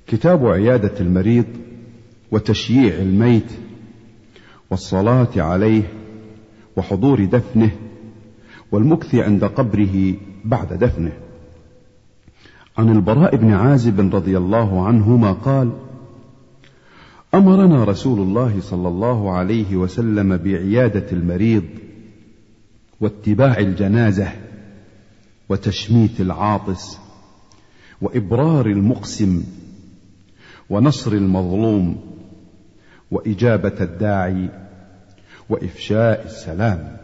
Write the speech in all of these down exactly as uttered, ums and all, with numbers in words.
كتاب عيادة المريض وتشييع الميت والصلاة عليه وحضور دفنه والمكث عند قبره بعد دفنه. عن البراء بن عازب رضي الله عنهما قال: أمرنا رسول الله صلى الله عليه وسلم بعيادة المريض واتباع الجنازة وتشميت العاطس وإبرار المقسم ونصر المظلوم وإجابة الداعي وإفشاء السلام.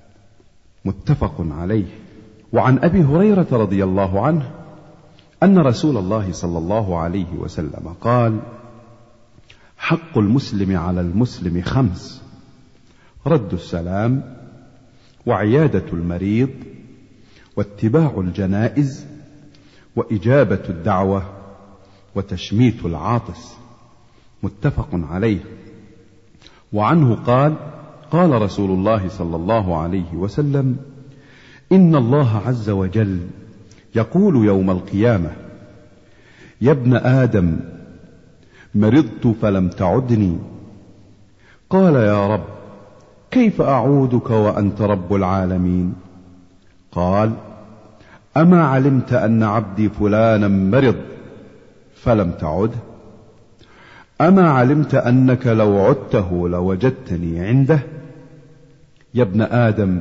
متفق عليه. وعن أبي هريرة رضي الله عنه أن رسول الله صلى الله عليه وسلم قال: حق المسلم على المسلم خمس: رد السلام وعيادة المريض واتباع الجنائز وإجابة الدعوة وتشميت العاطس. متفق عليه. وعنه قال: قال رسول الله صلى الله عليه وسلم: إن الله عز وجل يقول يوم القيامة: يا ابن آدم مرضت فلم تعدني. قال: يا رب كيف أعودك وأنت رب العالمين؟ قال: أما علمت أن عبدي فلانا مرض فلم تعده؟ أما علمت أنك لو عدته لوجدتني عنده؟ يا ابن آدم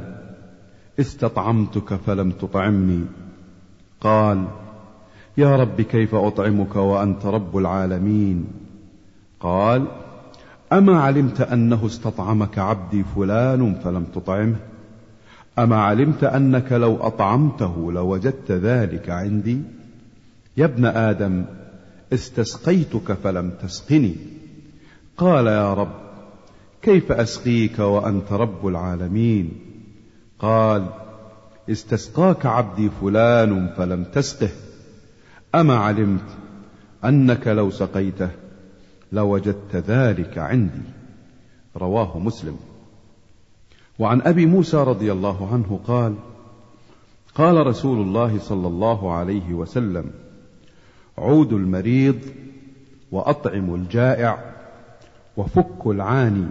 استطعمتك فلم تطعمني. قال: يا رب كيف أطعمك وأنت رب العالمين؟ قال: أما علمت أنه استطعمك عبدي فلان فلم تطعمه؟ أما علمت أنك لو أطعمته لوجدت ذلك عندي؟ يا ابن آدم استسقيتك فلم تسقني. قال: يا رب كيف أسقيك وأنت رب العالمين؟ قال: استسقاك عبدي فلان فلم تسقه. أما علمت أنك لو سقيته لوجدت ذلك عندي؟ رواه مسلم. وعن أبي موسى رضي الله عنه قال: قال رسول الله صلى الله عليه وسلم: عودوا المريض وأطعموا الجائع وفكوا العاني.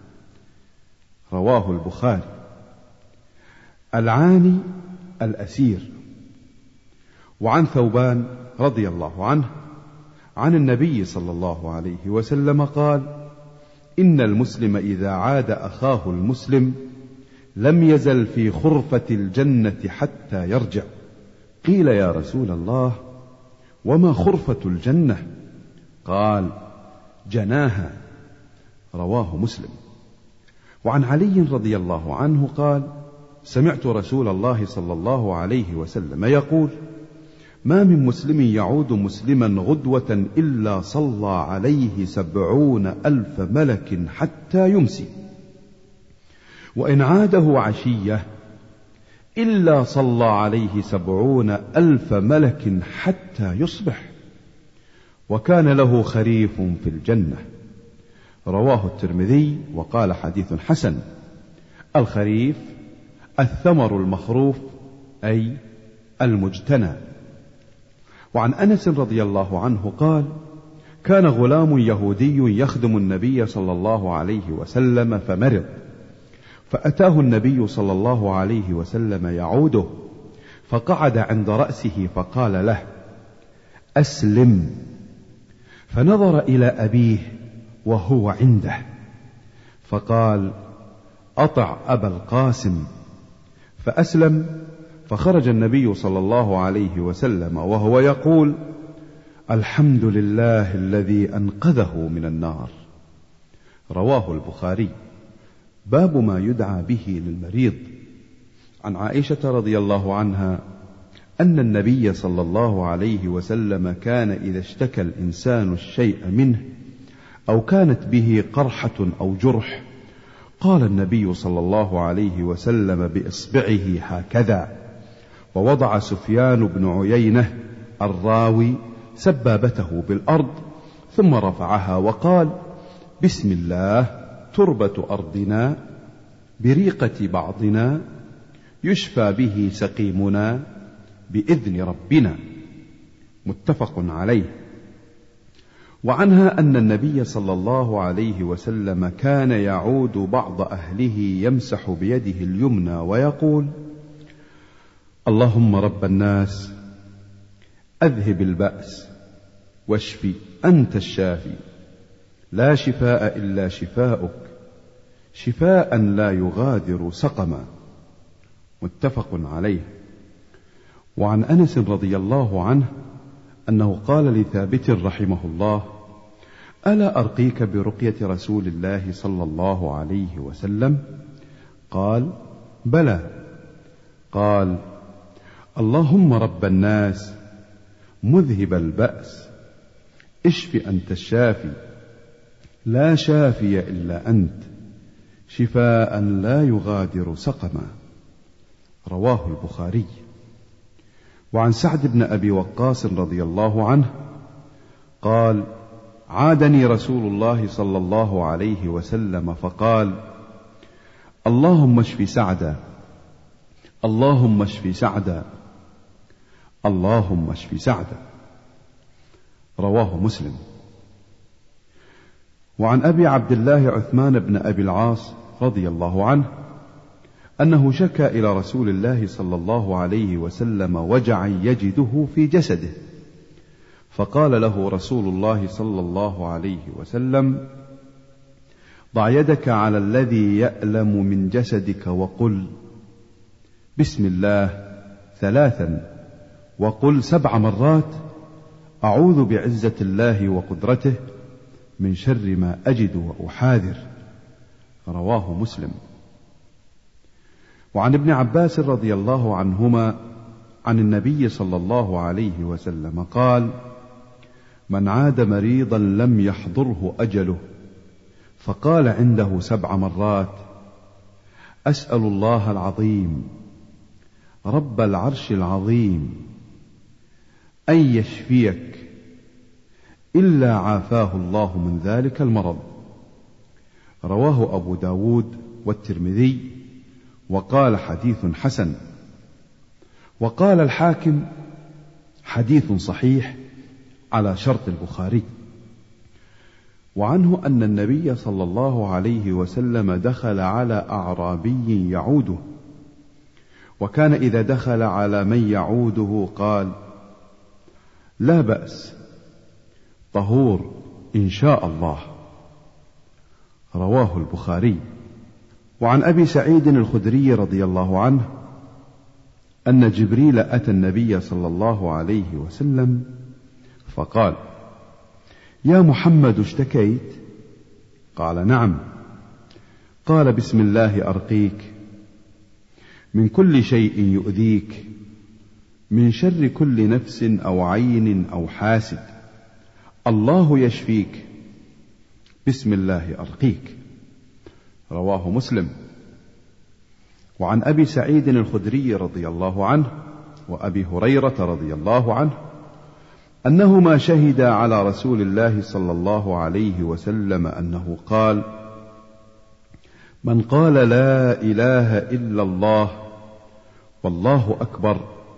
رواه البخاري. العاني الأسير. وعن ثوبان رضي الله عنه عن النبي صلى الله عليه وسلم قال: إن المسلم إذا عاد أخاه المسلم لم يزل في خرفة الجنة حتى يرجع. قيل: يا رسول الله وما خرفة الجنة؟ قال: جناها. رواه مسلم. وعن علي رضي الله عنه قال: سمعت رسول الله صلى الله عليه وسلم يقول: ما من مسلم يعود مسلما غدوة إلا صلى عليه سبعون ألف ملك حتى يمسي، وإن عاده عشية إلا صلى عليه سبعون ألف ملك حتى يصبح، وكان له خريف في الجنة. رواه الترمذي وقال: حديث حسن. الخريف الثمر المخروف أي المجتنى. وعن أنس رضي الله عنه قال: كان غلام يهودي يخدم النبي صلى الله عليه وسلم فمرض، فأتاه النبي صلى الله عليه وسلم يعوده، فقعد عند رأسه فقال له: أسلم. فنظر إلى أبيه وهو عنده فقال: أطع أبا القاسم. فأسلم، فخرج النبي صلى الله عليه وسلم وهو يقول: الحمد لله الذي أنقذه من النار. رواه البخاري. باب ما يدعى به للمريض. عن عائشة رضي الله عنها أن النبي صلى الله عليه وسلم كان إذا اشتكى الإنسان الشيء منه أو كانت به قرحة أو جرح قال النبي صلى الله عليه وسلم بإصبعه هكذا، ووضع سفيان بن عيينة الراوي سبابته بالأرض ثم رفعها وقال: بسم الله تربة أرضنا بريقة بعضنا يشفى به سقيمنا بإذن ربنا. متفق عليه. وعنها أن النبي صلى الله عليه وسلم كان يعود بعض أهله يمسح بيده اليمنى ويقول: اللهم رب الناس أذهب البأس واشفي أنت الشافي لا شفاء إلا شفاؤك شفاء لا يغادر سقما. متفق عليه. وعن أنس رضي الله عنه أنه قال لثابت رحمه الله: ألا أرقيك برقية رسول الله صلى الله عليه وسلم؟ قال: بلى. قال: اللهم رب الناس مذهب البأس اشف أنت الشافي لا شافي إلا أنت شفاء لا يغادر سقما. رواه البخاري. وعن سعد بن أبي وقاص رضي الله عنه قال: عادني رسول الله صلى الله عليه وسلم فقال: اللهم اشف سعدا اللهم اشف سعدا اللهم اشف سعدا. رواه مسلم. وعن أبي عبد الله عثمان بن أبي العاص رضي الله عنه أنه شكى إلى رسول الله صلى الله عليه وسلم وجعا يجده في جسده، فقال له رسول الله صلى الله عليه وسلم: ضع يدك على الذي يألم من جسدك وقل بسم الله ثلاثا وقل سبع مرات أعوذ بعزة الله وقدرته من شر ما أجد وأحاذر. رواه مسلم. وعن ابن عباس رضي الله عنهما عن النبي صلى الله عليه وسلم قال: من عاد مريضا لم يحضره أجله فقال عنده سبع مرات: أسأل الله العظيم رب العرش العظيم أن يشفيك إلا عافاه الله من ذلك المرض. رواه أبو داود والترمذي وقال حديث حسن. وقال الحاكم حديث صحيح على شرط البخاري. وعنه أن النبي صلى الله عليه وسلم دخل على أعرابي يعوده، وكان إذا دخل على من يعوده قال: لا بأس طهور إن شاء الله. رواه البخاري. وعن أبي سعيد الخدري رضي الله عنه أن جبريل أتى النبي صلى الله عليه وسلم فقال: يا محمد اشتكيت؟ قال: نعم. قال: بسم الله أرقيك من كل شيء يؤذيك، من شر كل نفس أو عين أو حاسد، الله يشفيك، بسم الله أرقيك. رواه مسلم. وعن أبي سعيد الخدري رضي الله عنه وأبي هريرة رضي الله عنه أنهما شهدا على رسول الله صلى الله عليه وسلم أنه قال: من قال لا إله إلا الله والله أكبر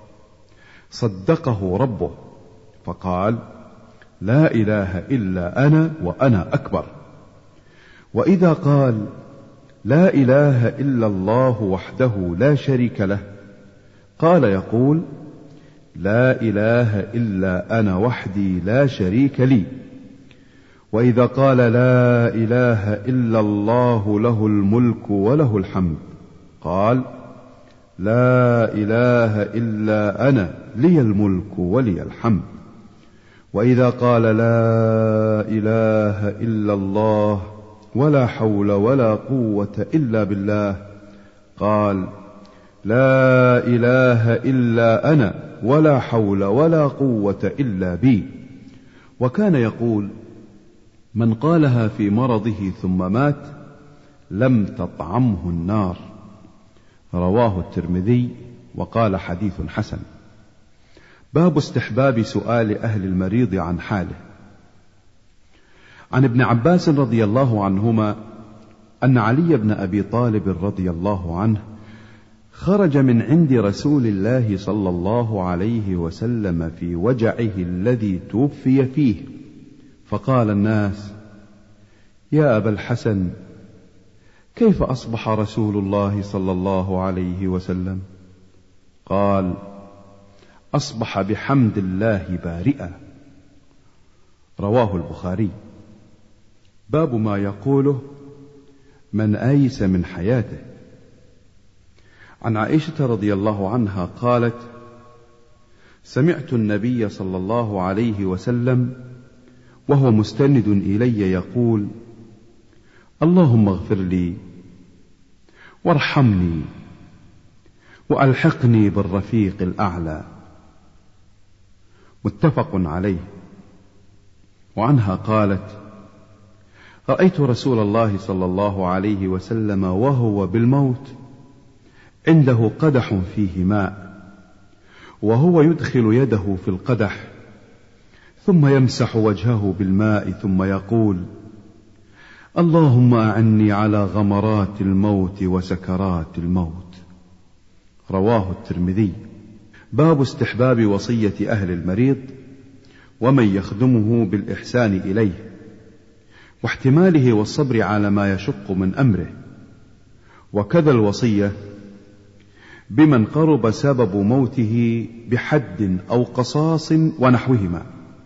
صدقه ربه فقال: لا إله إلا أنا وأنا أكبر. وإذا قال: لا إله إلا الله وحده لا شريك له، قال يقول: لا إله إلا أنا وحدي لا شريك لي. وإذا قال: لا إله إلا الله له الملك وله الحمد، قال: لا إله إلا أنا لي الملك ولي الحمد. وإذا قال: لا إله إلا الله ولا حول ولا قوة إلا بالله، قال: لا إله إلا أنا ولا حول ولا قوة إلا بي. وكان يقول: من قالها في مرضه ثم مات لم تطعمه النار. رواه الترمذي وقال حديث حسن. باب استحباب سؤال أهل المريض عن حاله. عن ابن عباس رضي الله عنهما أن علي بن أبي طالب رضي الله عنه خرج من عند رسول الله صلى الله عليه وسلم في وجعه الذي توفي فيه، فقال الناس: يا أبا الحسن، كيف أصبح رسول الله صلى الله عليه وسلم؟ قال: أصبح بحمد الله بارئا. رواه البخاري. باب ما يقوله من آيس من حياته. عن عائشة رضي الله عنها قالت: سمعت النبي صلى الله عليه وسلم وهو مستند إلي يقول: اللهم اغفر لي وارحمني وألحقني بالرفيق الأعلى. متفق عليه. وعنها قالت: رأيت رسول الله صلى الله عليه وسلم وهو بالموت عنده قدح فيه ماء، وهو يدخل يده في القدح ثم يمسح وجهه بالماء ثم يقول: اللهم أعني على غمرات الموت وسكرات الموت. رواه الترمذي. باب استحباب وصية أهل المريض ومن يخدمه بالإحسان إليه، واحتماله والصبر على ما يشق من أمره، وكذا الوصية بمن قرب سبب موته بحد أو قصاص ونحوهما.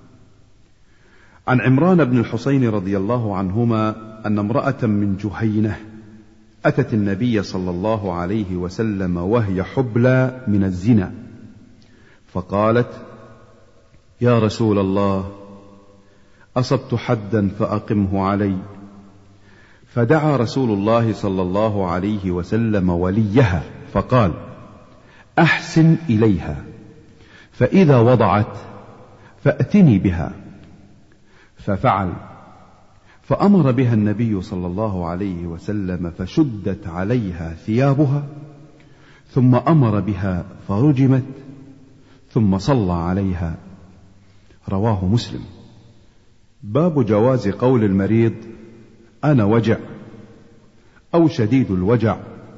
عن عمران بن الحسين رضي الله عنهما أن امرأة من جهينة أتت النبي صلى الله عليه وسلم وهي حبلى من الزنا، فقالت: يا رسول الله، أصبت حدا فأقمه علي. فدعا رسول الله صلى الله عليه وسلم وليها فقال: أحسن إليها، فإذا وضعت فأتني بها. ففعل، فأمر بها النبي صلى الله عليه وسلم فشدت عليها ثيابها، ثم أمر بها فرجمت، ثم صلى عليها. رواه مسلم. باب جواز قول المريض: أنا وجع، أو شديد الوجع،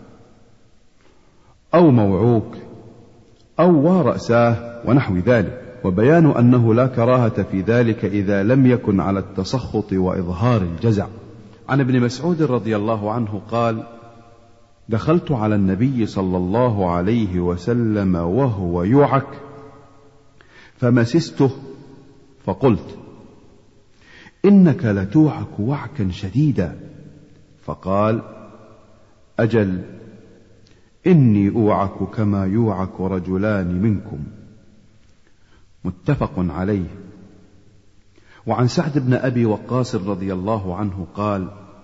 أو موعوك، أو ورأساه ونحو ذلك، وبيان أنه لا كراهة في ذلك إذا لم يكن على التسخط وإظهار الجزع. عن ابن مسعود رضي الله عنه قال: دخلت على النبي صلى الله عليه وسلم وهو يوعك فمسسته فقلت: إنك لتوعك وعكا شديدا. فقال: أجل، إني أوعك كما يوعك رجلان منكم. متفق عليه. وعن سعد بن أبي وقاص رضي الله عنه قال: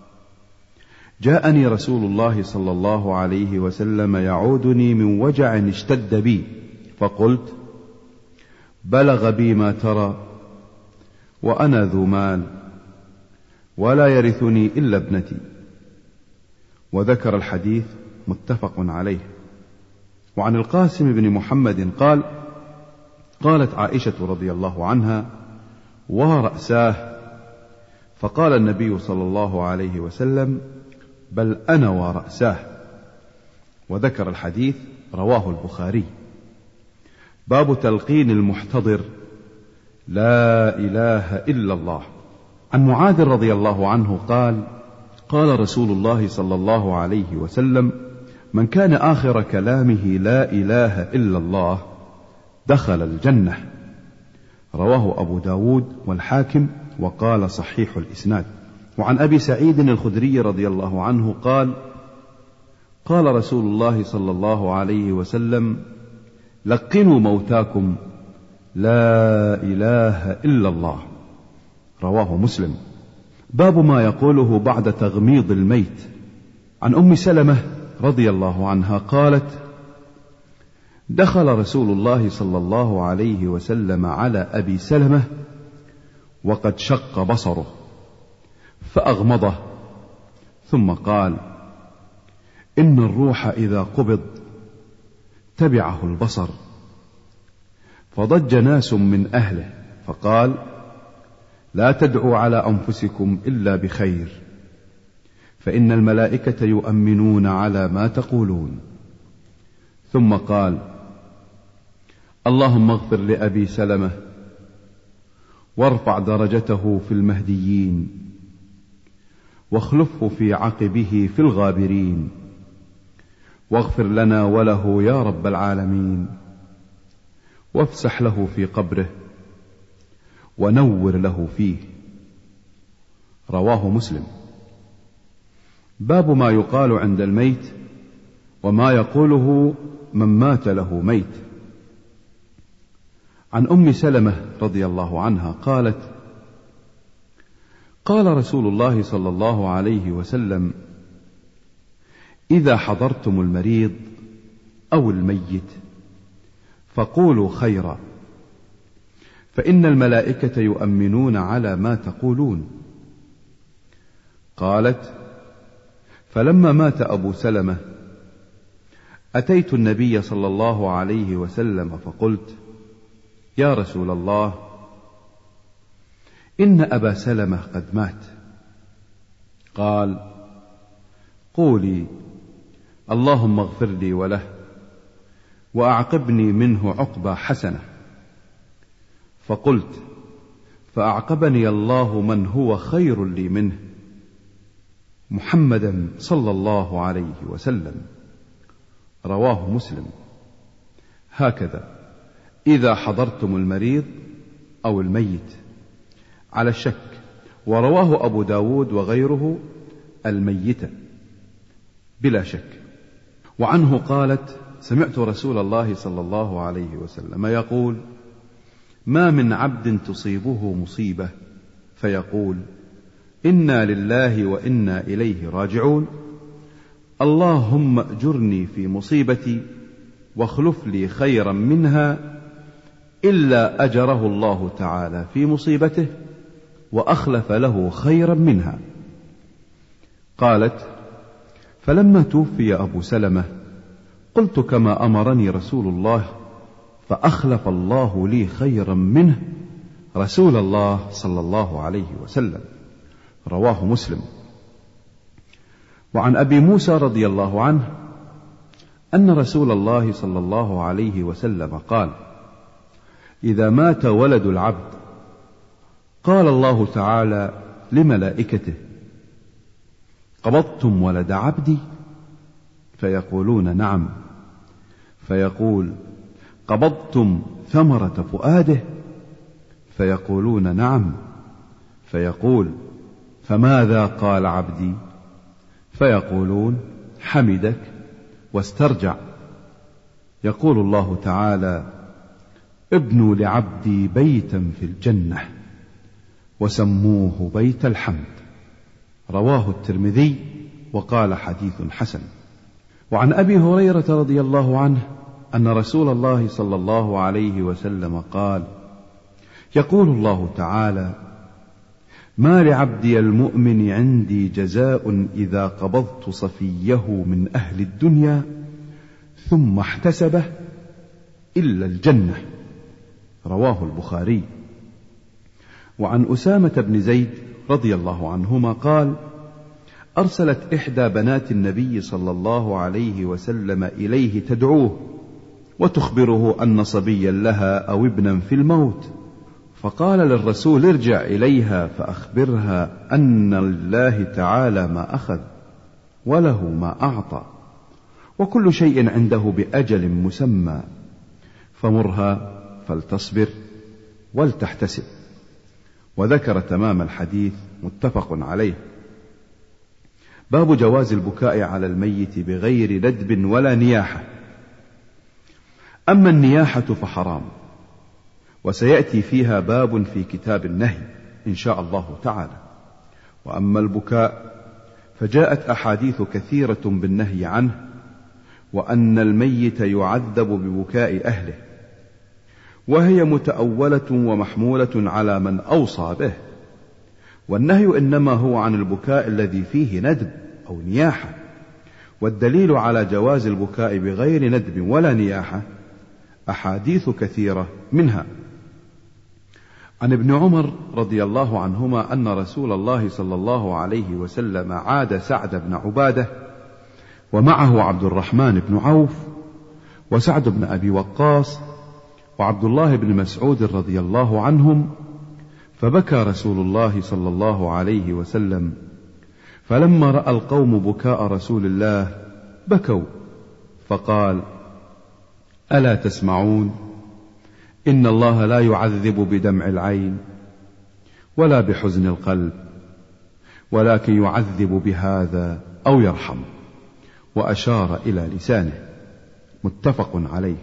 جاءني رسول الله صلى الله عليه وسلم يعودني من وجع اشتد بي، فقلت: بلغ بي ما ترى، وأنا ذو مال، ولا يرثني إلا ابنتي. وذكر الحديث. متفق عليه. وعن القاسم بن محمد قال: قالت عائشة رضي الله عنها: ورأساه. فقال النبي صلى الله عليه وسلم: بل أنا ورأساه. وذكر الحديث. رواه البخاري. باب تلقين المحتضر: لا إله إلا الله. عن معاذ رضي الله عنه قال: قال رسول الله صلى الله عليه وسلم: من كان آخر كلامه لا إله إلا الله دخل الجنة. رواه أبو داود والحاكم، وقال صحيح الإسناد. وعن أبي سعيد الخدري رضي الله عنه قال: قال رسول الله صلى الله عليه وسلم: لقنوا موتاكم لا إله إلا الله. رواه مسلم. باب ما يقوله بعد تغميض الميت. عن أم سلمة رضي الله عنها قالت: دخل رسول الله صلى الله عليه وسلم على أبي سلمة وقد شق بصره، فأغمضه، ثم قال: إن الروح إذا قبض تبعه البصر. فضج ناس من أهله، فقال: لا تدعوا على أنفسكم إلا بخير، فإن الملائكة يؤمنون على ما تقولون. ثم قال: اللهم اغفر لأبي سلمة وارفع درجته في المهديين، واخلفه في عقبه في الغابرين، واغفر لنا وله يا رب العالمين، وافسح له في قبره، ونور له فيه. رواه مسلم. باب ما يقال عند الميت وما يقوله من مات له ميت. عن أم سلمة رضي الله عنها قالت: قال رسول الله صلى الله عليه وسلم: إذا حضرتم المريض أو الميت فقولوا خيرا، فإن الملائكة يؤمنون على ما تقولون. قالت: فلما مات أبو سلمة أتيت النبي صلى الله عليه وسلم فقلت: يا رسول الله، إن أبا سلمة قد مات. قال: قولي: اللهم اغفر لي وله، وأعقبني منه عقبى حسنة. فقلت: فأعقبني الله من هو خير لي منه، محمدا صلى الله عليه وسلم. رواه مسلم. هكذا إذا حضرتم المريض أو الميت، على الشك، ورواه أبو داود وغيره الميت بلا شك. وعنه قالت: سمعت رسول الله صلى الله عليه وسلم يقول: ما من عبد تصيبه مصيبة فيقول: إنا لله وإنا إليه راجعون، اللهم أجرني في مصيبتي واخلف لي خيرا منها، إلا أجره الله تعالى في مصيبته وأخلف له خيرا منها. قالت: فلما توفي أبو سلمة قلت كما أمرني رسول الله، فأخلف الله لي خيرا منه رسول الله صلى الله عليه وسلم. رواه مسلم. وعن أبي موسى رضي الله عنه أن رسول الله صلى الله عليه وسلم قال: إذا مات ولد العبد قال الله تعالى لملائكته: قبضتم ولد عبدي؟ فيقولون: نعم. فيقول: قبضتم ثمرة فؤاده؟ فيقولون: نعم. فيقول: فماذا قال عبدي؟ فيقولون: حمدك واسترجع. يقول الله تعالى: ابنوا لعبدي بيتا في الجنة وسموه بيت الحمد. رواه الترمذي وقال: حديث حسن. وعن أبي هريرة رضي الله عنه أن رسول الله صلى الله عليه وسلم قال: يقول الله تعالى: ما لعبدي المؤمن عندي جزاء إذا قبضت صفيه من أهل الدنيا ثم احتسبه إلا الجنة. رواه البخاري. وعن أسامة بن زيد رضي الله عنهما قال: أرسلت إحدى بنات النبي صلى الله عليه وسلم إليه تدعوه وتخبره أن صبيا لها أو ابنا في الموت، فقال للرسول: ارجع إليها فأخبرها أن لله تعالى ما أخذ وله ما أعطى، وكل شيء عنده بأجل مسمى، فمرها فلتصبر ولتحتسب. وذكر تمام الحديث، متفق عليه. باب جواز البكاء على الميت بغير ندب ولا نياحة. أما النياحة فحرام، وسيأتي فيها باب في كتاب النهي إن شاء الله تعالى. وأما البكاء فجاءت أحاديث كثيرة بالنهي عنه، وأن الميت يعذب ببكاء أهله، وهي متأولة ومحمولة على من أوصى به، والنهي إنما هو عن البكاء الذي فيه ندب أو نياحة. والدليل على جواز البكاء بغير ندب ولا نياحة أحاديث كثيرة، منها عن ابن عمر رضي الله عنهما أن رسول الله صلى الله عليه وسلم عاد سعد بن عبادة ومعه عبد الرحمن بن عوف وسعد بن أبي وقاص وعبد الله بن مسعود رضي الله عنهم، فبكى رسول الله صلى الله عليه وسلم، فلما رأى القوم بكاء رسول الله بكوا، فقال: ألا تسمعون؟ إن الله لا يعذب بدمع العين ولا بحزن القلب، ولكن يعذب بهذا أو يرحم. وأشار إلى لسانه. متفق عليه.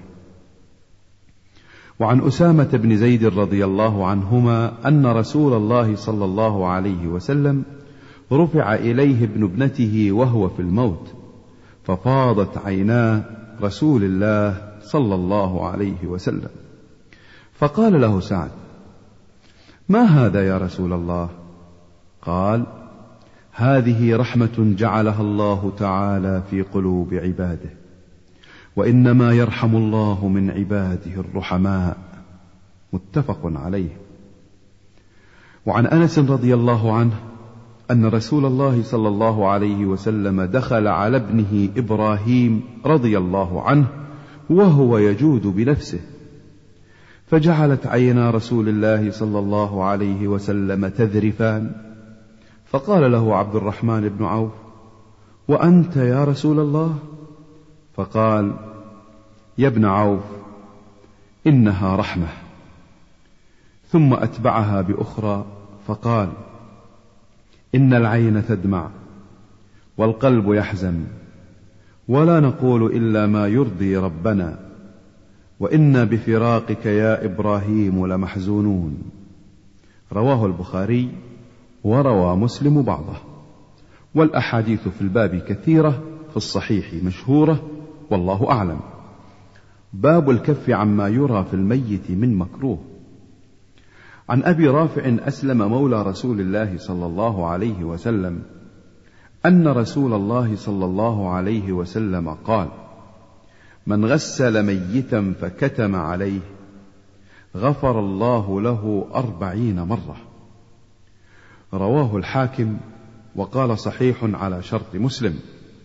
وعن أسامة بن زيد رضي الله عنهما أن رسول الله صلى الله عليه وسلم رفع إليه ابن ابنته وهو في الموت، ففاضت عينا رسول الله صلى الله عليه وسلم، فقال له سعد: ما هذا يا رسول الله؟ قال: هذه رحمة جعلها الله تعالى في قلوب عباده، وإنما يرحم الله من عباده الرحماء. متفق عليه. وعن أنس رضي الله عنه أن رسول الله صلى الله عليه وسلم دخل على ابنه إبراهيم رضي الله عنه وهو يجود بنفسه، فجعلت عينا رسول الله صلى الله عليه وسلم تذرفان، فقال له عبد الرحمن بن عوف: وأنت يا رسول الله؟ فقال: يا ابن عوف، إنها رحمة. ثم أتبعها بأخرى فقال: إن العين تدمع والقلب يحزن، ولا نقول إلا ما يرضي ربنا، وإنا بفراقك يا إبراهيم لمحزونون. رواه البخاري وروى مسلم بعضه. والأحاديث في الباب كثيرة في الصحيح مشهورة، والله أعلم. باب الكف عما يرى في الميت من مكروه. عن أبي رافع أسلم مولى رسول الله صلى الله عليه وسلم أن رسول الله صلى الله عليه وسلم قال: من غسل ميتا فكتم عليه غفر الله له أربعين مرة. رواه الحاكم وقال صحيح على شرط مسلم.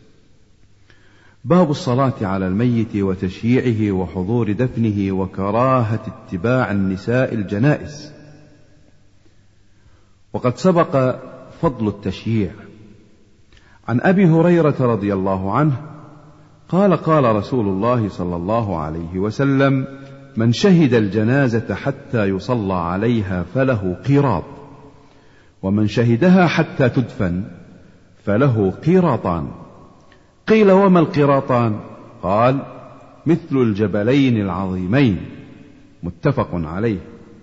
باب الصلاة على الميت وتشييعه وحضور دفنه وكراهة اتباع النساء الجنائز. وقد سبق فضل التشييع. عن أبي هريرة رضي الله عنه قال: قال رسول الله صلى الله عليه وسلم: من شهد الجنازة حتى يصلى عليها فله قيراط، ومن شهدها حتى تدفن فله قيراطان. قيل: وما القيراطان؟ قال: مثل الجبلين العظيمين. متفق عليه.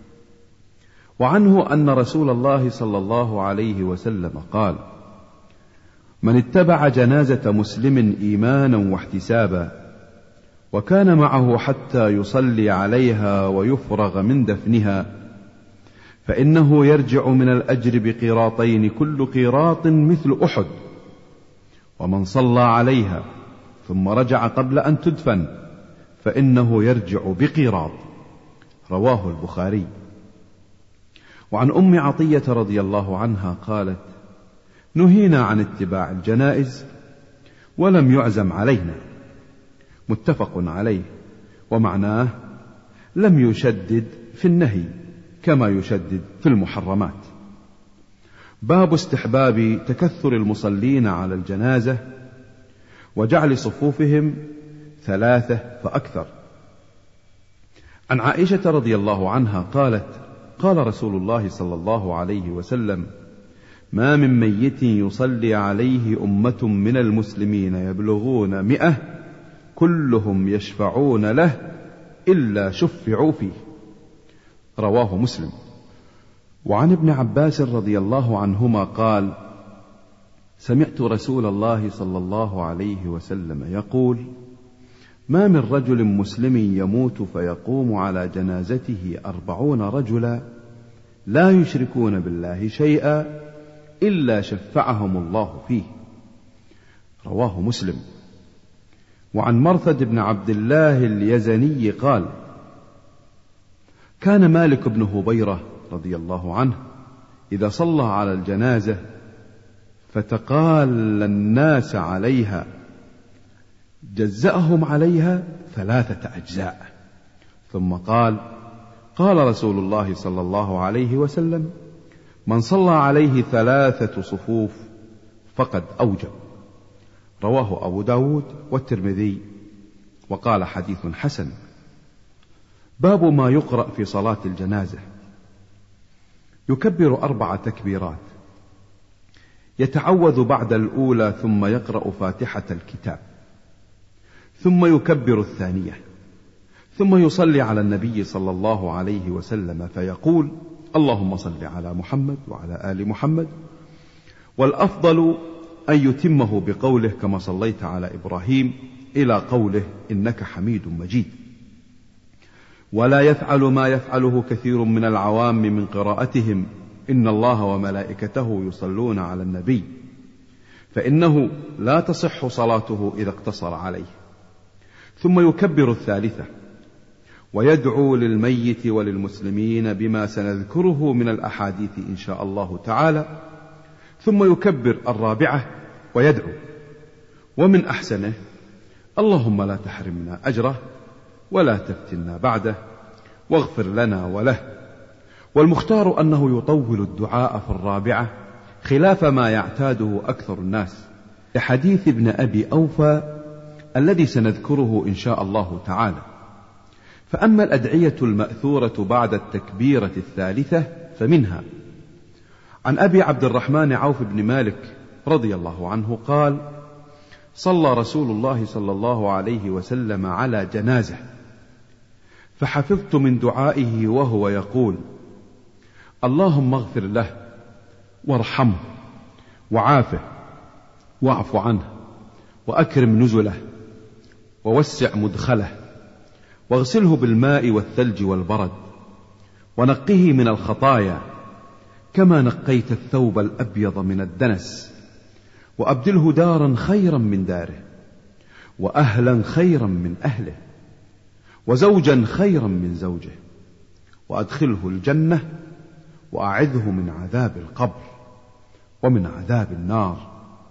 وعنه أن رسول الله صلى الله عليه وسلم قال: من اتبع جنازة مسلم إيمانا واحتسابا وكان معه حتى يصلي عليها ويفرغ من دفنها فإنه يرجع من الأجر بقيراطين، كل قيراط مثل أحد. ومن صلى عليها ثم رجع قبل أن تدفن فإنه يرجع بقيراط. رواه البخاري. وعن أم عطية رضي الله عنها قالت: نهينا عن اتباع الجنائز ولم يعزم علينا. متفق عليه. ومعناه لم يشدد في النهي كما يشدد في المحرمات. باب استحباب تكثر المصلين على الجنازة وجعل صفوفهم ثلاثة فأكثر. عن عائشة رضي الله عنها قالت: قال رسول الله صلى الله عليه وسلم: ما من ميت يصلي عليه أمة من المسلمين يبلغون مئة كلهم يشفعون له إلا شفعوا فيه. رواه مسلم. وعن ابن عباس رضي الله عنهما قال: سمعت رسول الله صلى الله عليه وسلم يقول: ما من رجل مسلم يموت فيقوم على جنازته أربعون رجلا لا يشركون بالله شيئا إلا شفعهم الله فيه. رواه مسلم. وعن مرثد بن عبد الله اليزني قال: كان مالك بن هبيرة رضي الله عنه إذا صلى على الجنازة فتقال الناس عليها جزأهم عليها ثلاثة أجزاء، ثم قال: قال رسول الله صلى الله عليه وسلم: من صلى عليه ثلاثة صفوف فقد أوجب. رواه أبو داود والترمذي وقال حديث حسن. باب ما يقرأ في صلاة الجنازة. يكبر أربع تكبيرات، يتعوذ بعد الأولى ثم يقرأ فاتحة الكتاب، ثم يكبر الثانية، ثم يصلي على النبي صلى الله عليه وسلم فيقول: اللهم صل على محمد وعلى آل محمد. والأفضل أن يتمه بقوله: كما صليت على إبراهيم، إلى قوله: إنك حميد مجيد. ولا يفعل ما يفعله كثير من العوام من قراءتهم: إن الله وملائكته يصلون على النبي، فإنه لا تصح صلاته إذا اقتصر عليه. ثم يكبر الثالثة ويدعو للميت وللمسلمين بما سنذكره من الأحاديث إن شاء الله تعالى، ثم يكبر الرابعة ويدعو. ومن أحسنه: اللهم لا تحرمنا أجره ولا تفتنا بعده واغفر لنا وله. والمختار أنه يطول الدعاء في الرابعة خلاف ما يعتاده أكثر الناس، لحديث ابن أبي أوفى الذي سنذكره إن شاء الله تعالى. فأما الأدعية المأثورة بعد التكبيرة الثالثة فمنها: عن أبي عبد الرحمن عوف بن مالك رضي الله عنه قال: صلى رسول الله صلى الله عليه وسلم على جنازة، فحفظت من دعائه وهو يقول: اللهم اغفر له وارحمه وعافه واعف عنه وأكرم نزله ووسع مدخله واغسله بالماء والثلج والبرد ونقه من الخطايا كما نقيت الثوب الأبيض من الدنس، وأبدله دارا خيرا من داره، وأهلا خيرا من أهله، وزوجا خيرا من زوجه، وأدخله الجنة، وأعذه من عذاب القبر ومن عذاب النار،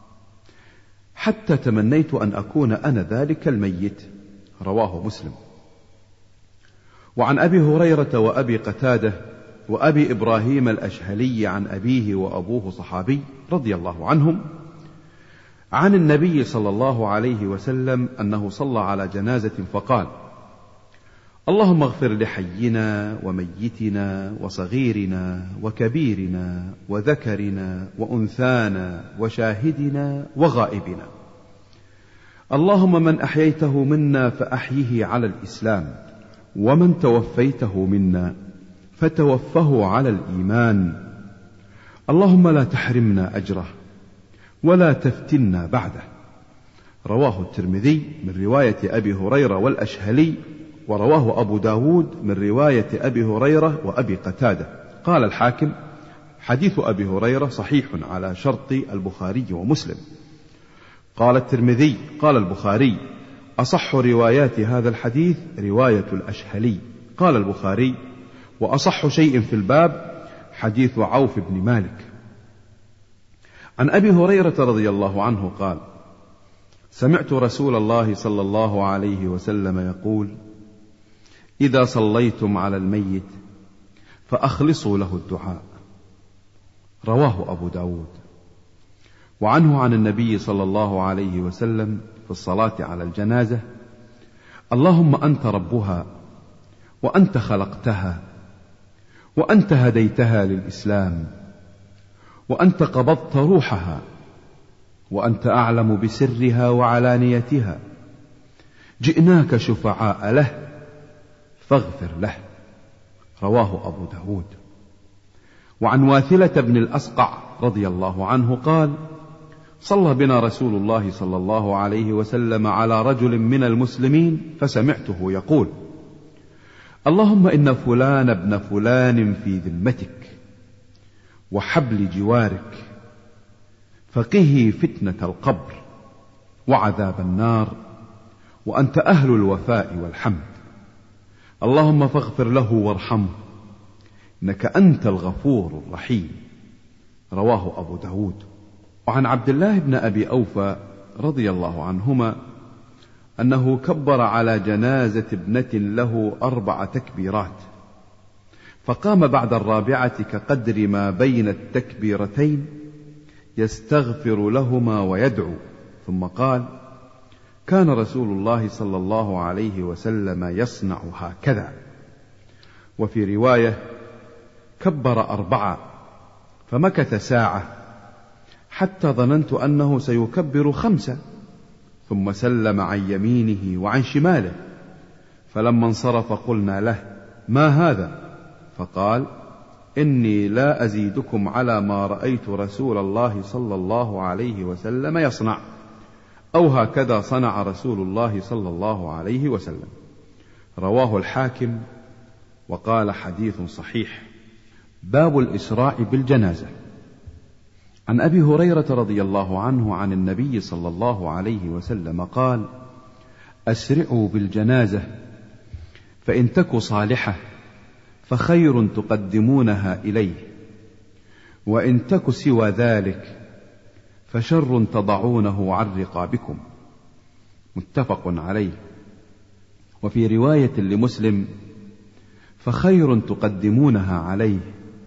حتى تمنيت أن أكون أنا ذلك الميت. رواه مسلم. وعن أبي هريرة وأبي قتادة وأبي إبراهيم الأشهلي عن أبيه وأبوه صحابي رضي الله عنهم عن النبي صلى الله عليه وسلم أنه صلى على جنازة فقال: اللهم اغفر لحينا وميتنا وصغيرنا وكبيرنا وذكرنا وأنثانا وشاهدنا وغائبنا، اللهم من أحييته منا فأحيه على الإسلام، ومن توفيته منا فتوفه على الإيمان، اللهم لا تحرمنا أجره ولا تفتنا بعده. رواه الترمذي من رواية أبي هريرة والأشهلي، ورواه أبو داود من رواية أبي هريرة وأبي قتادة. قال الحاكم: حديث أبي هريرة صحيح على شرط البخاري ومسلم. قال الترمذي: قال البخاري: أصح روايات هذا الحديث رواية الأشهلي. قال البخاري: وأصح شيء في الباب حديث عوف بن مالك. عن أبي هريرة رضي الله عنه قال: سمعت رسول الله صلى الله عليه وسلم يقول: إذا صليتم على الميت فأخلصوا له الدعاء. رواه أبو داود. وعنه عن النبي صلى الله عليه وسلم في الصلاة على الجنازة: اللهم أنت ربها وأنت خلقتها وأنت هديتها للإسلام وأنت قبضت روحها وأنت أعلم بسرها وعلانيتها، جئناك شفعاء له فاغفر له. رواه أبو داود. وعن واثلة بن الأسقع رضي الله عنه قال: صلى بنا رسول الله صلى الله عليه وسلم على رجل من المسلمين فسمعته يقول: اللهم إن فلان ابن فلان في ذمتك وحبل جوارك، فقه فتنة القبر وعذاب النار، وأنت أهل الوفاء والحمد، اللهم فاغفر له وارحمه إنك أنت الغفور الرحيم. رواه أبو داود. وعن عبد الله بن أبي أوفى رضي الله عنهما أنه كبر على جنازة ابنة له أربع تكبيرات، فقام بعد الرابعة كقدر ما بين التكبيرتين يستغفر لهما ويدعو، ثم قال: كان رسول الله صلى الله عليه وسلم يصنع هكذا. وفي رواية: كبر أربعة، فمكث ساعة حتى ظننت أنه سيكبر خمسة، ثم سلم عن يمينه وعن شماله، فلما انصرف قلنا له: ما هذا؟ فقال: إني لا أزيدكم على ما رأيت رسول الله صلى الله عليه وسلم يصنع، أو هكذا صنع رسول الله صلى الله عليه وسلم. رواه الحاكم وقال: حديث صحيح. باب الإسراع بالجنازة. عن أبي هريرة رضي الله عنه عن النبي صلى الله عليه وسلم قال: أسرعوا بالجنازة، فإن تك صالحة فخير تقدمونها إليه، وإن تك سوى ذلك فشر تضعونه عن رقابكم. متفق عليه. وفي رواية لمسلم: فخير تقدمونها عليه.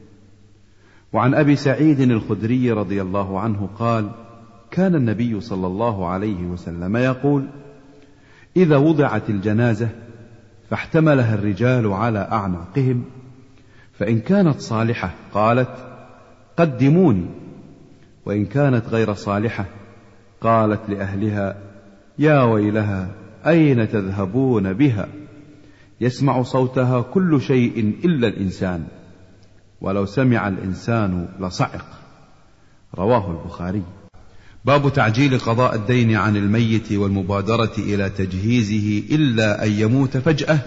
وعن أبي سعيد الخدري رضي الله عنه قال: كان النبي صلى الله عليه وسلم يقول: إذا وضعت الجنازة فاحتملها الرجال على أعناقهم، فإن كانت صالحة قالت: قدموني، وإن كانت غير صالحة قالت لأهلها: يا ويلها أين تذهبون بها؟ يسمع صوتها كل شيء إلا الإنسان، ولو سمع الإنسان لصعق. رواه البخاري. باب تعجيل قضاء الدين عن الميت والمبادرة إلى تجهيزه إلا أن يموت فجأة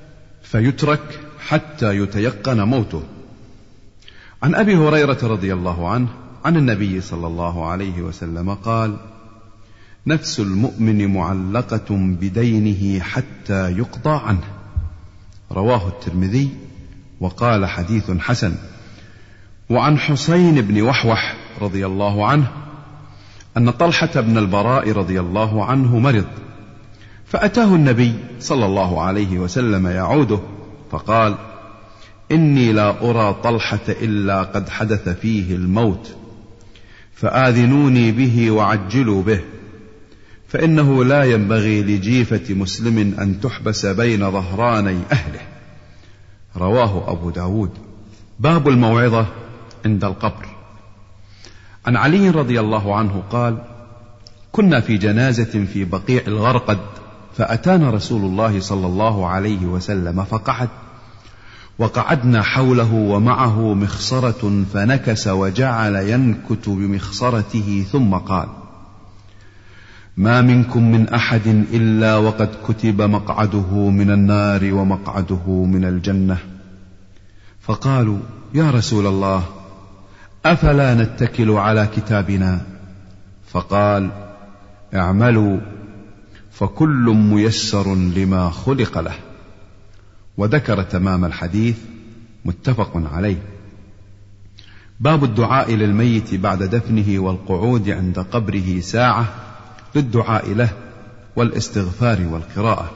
فيترك حتى يتيقن موته. عن أبي هريرة رضي الله عنه عن النبي صلى الله عليه وسلم قال: نفس المؤمن معلقة بدينه حتى يقضى عنه. رواه الترمذي وقال: حديث حسن. وعن حسين بن وحوح رضي الله عنه أن طلحة بن البراء رضي الله عنه مرض، فأتاه النبي صلى الله عليه وسلم يعوده، فقال: إني لا أرى طلحة إلا قد حدث فيه الموت، فآذنوني به وعجلوا به، فإنه لا ينبغي لجيفة مسلم أن تحبس بين ظهراني أهله. رواه أبو داود. باب الموعظة عند القبر. عن علي رضي الله عنه قال: كنا في جنازة في بقيع الغرقد، فأتانا رسول الله صلى الله عليه وسلم فقعد، وقعدنا حوله ومعه مخصرة، فنكس وجعل ينكت بمخصرته، ثم قال: ما منكم من أحد إلا وقد كتب مقعده من النار ومقعده من الجنة. فقالوا: يا رسول الله، أفلا نتكل على كتابنا؟ فقال: اعملوا فكل ميسر لما خلق له. وذكر تمام الحديث. متفق عليه. باب الدعاء للميت بعد دفنه والقعود عند قبره ساعة للدعاء له والاستغفار والقراءة.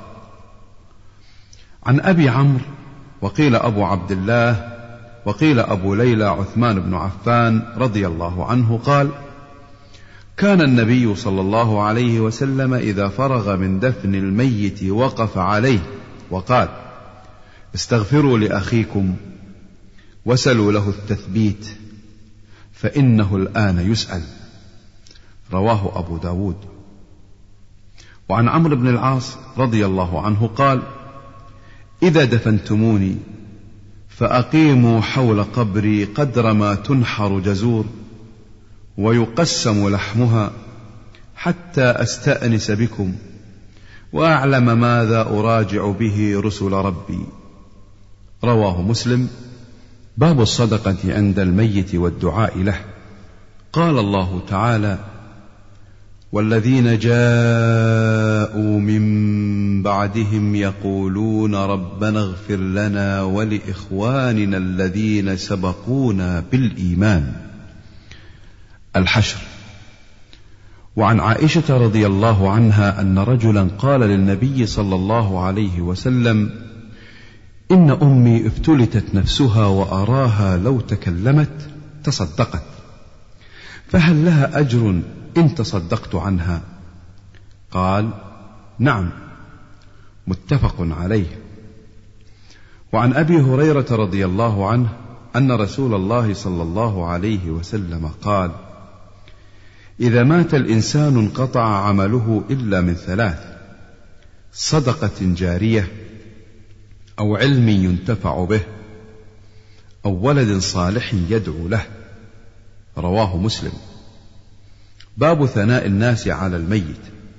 عن أبي عمرو وقيل أبو عبد الله وقيل أبو ليلى عثمان بن عفان رضي الله عنه قال: كان النبي صلى الله عليه وسلم إذا فرغ من دفن الميت وقف عليه وقال: استغفروا لأخيكم وسلوا له التثبيت، فإنه الآن يسأل. رواه أبو داود. وعن عمرو بن العاص رضي الله عنه قال: إذا دفنتموني فأقيموا حول قبري قدر ما تنحر جزور ويقسم لحمها، حتى أستأنس بكم وأعلم ماذا أراجع به رسل ربي. رواه مسلم. باب الصدقة عند الميت والدعاء له. قال الله تعالى: والذين جاءوا من بعدهم يقولون ربنا اغفر لنا ولإخواننا الذين سبقونا بالإيمان. الحشر. وعن عائشة رضي الله عنها أن رجلا قال للنبي صلى الله عليه وسلم: إن أمي افتلتت نفسها وأراها لو تكلمت تصدقت، فهل لها أجر إن تصدقت عنها؟ قال: نعم. متفق عليه. وعن أبي هريرة رضي الله عنه أن رسول الله صلى الله عليه وسلم قال: إذا مات الإنسان انقطع عمله إلا من ثلاث: صدقة جارية، أو علم ينتفع به، أو ولد صالح يدعو له. رواه مسلم. باب ثناء الناس على الميت.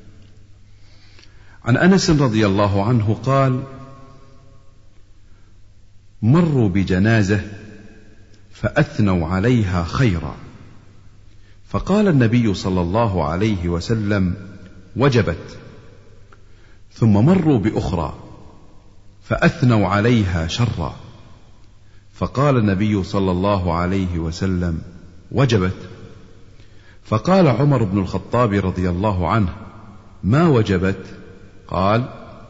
عن أنس رضي الله عنه قال: مروا بجنازة فأثنوا عليها خيرا، فقال النبي صلى الله عليه وسلم: وجبت. ثم مروا بأخرى فأثنوا عليها شرا، فقال النبي صلى الله عليه وسلم: وجبت. فقال عمر بن الخطاب رضي الله عنه: ما وجبت؟ قال: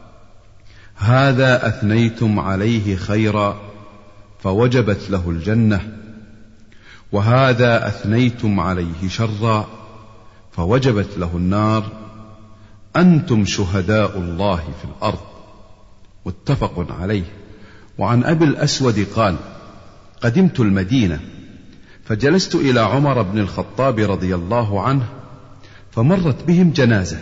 هذا أثنيتم عليه خيرا فوجبت له الجنة، وهذا أثنيتم عليه شرا فوجبت له النار، أنتم شهداء الله في الأرض. متفق عليه. وعن أبي الأسود قال: قدمت المدينة فجلست إلى عمر بن الخطاب رضي الله عنه، فمرت بهم جنازة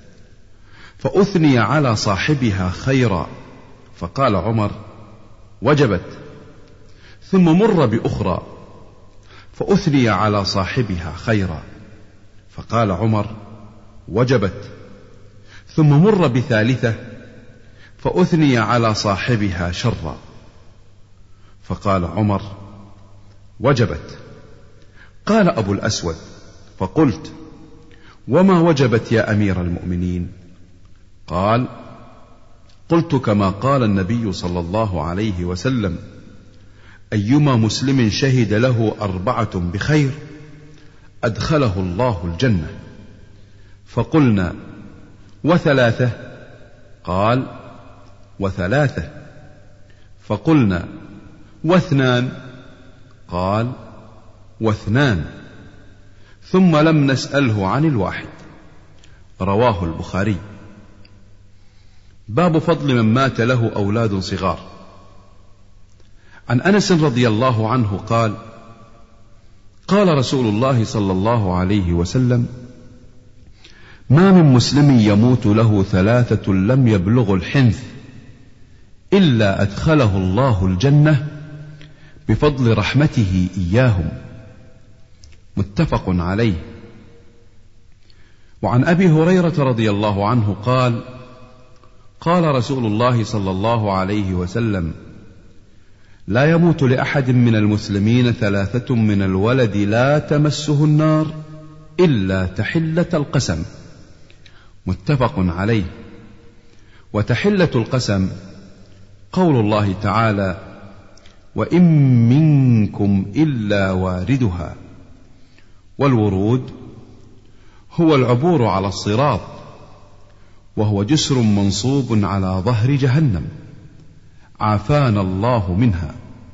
فأثني على صاحبها خيرا، فقال عمر: وجبت. ثم مر بأخرى فأثني على صاحبها خيرا، فقال عمر: وجبت. ثم مر بثالثة فأثني على صاحبها شرا، فقال عمر: وجبت. قال أبو الأسود: فقلت: وما وجبت يا أمير المؤمنين؟ قال: قلت كما قال النبي صلى الله عليه وسلم: أيما مسلم شهد له أربعة بخير أدخله الله الجنة. فقلنا: وثلاثة؟ قال: وثلاثة. فقلنا: واثنان؟ قال: واثنان. ثم لم نسأله عن الواحد. رواه البخاري. باب فضل من مات له أولاد صغار. عن أنس رضي الله عنه قال: قال رسول الله صلى الله عليه وسلم: ما من مسلم يموت له ثلاثة لم يبلغوا الحنث إلا أدخله الله الجنة بفضل رحمته إياهم. متفق عليه. وعن أبي هريرة رضي الله عنه قال: قال رسول الله صلى الله عليه وسلم: لا يموت لأحد من المسلمين ثلاثة من الولد لا تمسه النار إلا تحلة القسم. متفق عليه. وتحلة القسم قول الله تعالى: وإن منكم إلا واردها. والورود هو العبور على الصراط، وهو جسر منصوب على ظهر جهنم، عافانا الله منها.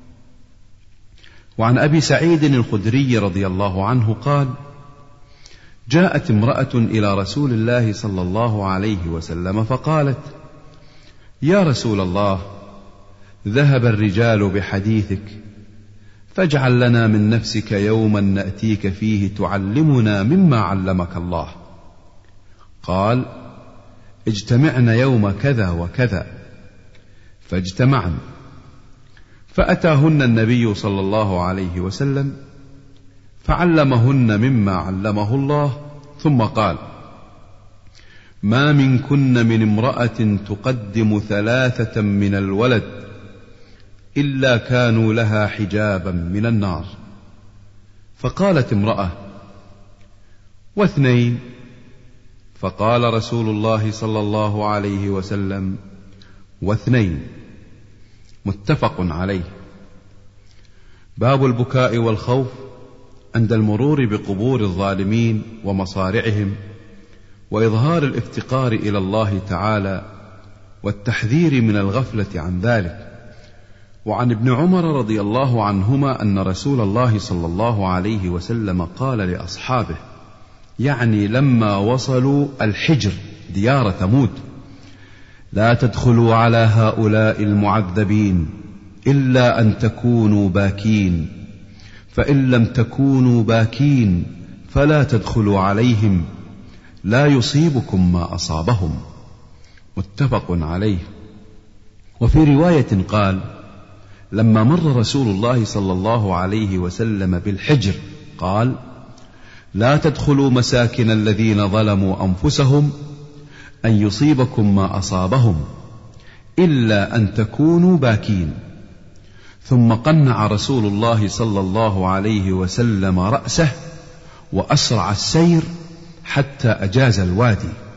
وعن أبي سعيد الخدري رضي الله عنه قال: جاءت امرأة إلى رسول الله صلى الله عليه وسلم فقالت: يا رسول الله، ذهب الرجال بحديثك، فاجعل لنا من نفسك يوما نأتيك فيه تعلمنا مما علمك الله. قال: اجتمعن يوم كذا وكذا. فاجتمعن، فأتاهن النبي صلى الله عليه وسلم فعلمهن مما علمه الله، ثم قال: ما منكن من امرأة تقدم ثلاثة من الولد إلا كانوا لها حجابا من النار. فقالت امرأة: واثنين؟ فقال رسول الله صلى الله عليه وسلم: واثنين. متفق عليه. باب البكاء والخوف عند المرور بقبور الظالمين ومصارعهم، وإظهار الافتقار إلى الله تعالى، والتحذير من الغفلة عن ذلك، وعن ابن عمر رضي الله عنهما أن رسول الله صلى الله عليه وسلم قال لأصحابه، يعني لما وصلوا الحجر ديار ثمود: لا تدخلوا على هؤلاء المعذبين إلا أن تكونوا باكين، فإن لم تكونوا باكين فلا تدخلوا عليهم، لا يصيبكم ما أصابهم. متفق عليه. وفي رواية قال: لما مر رسول الله صلى الله عليه وسلم بالحجر قال: لا تدخلوا مساكن الذين ظلموا أنفسهم أن يصيبكم ما أصابهم إلا أن تكونوا باكين. ثم قنع رسول الله صلى الله عليه وسلم رأسه وأسرع السير حتى أجاز الوادي.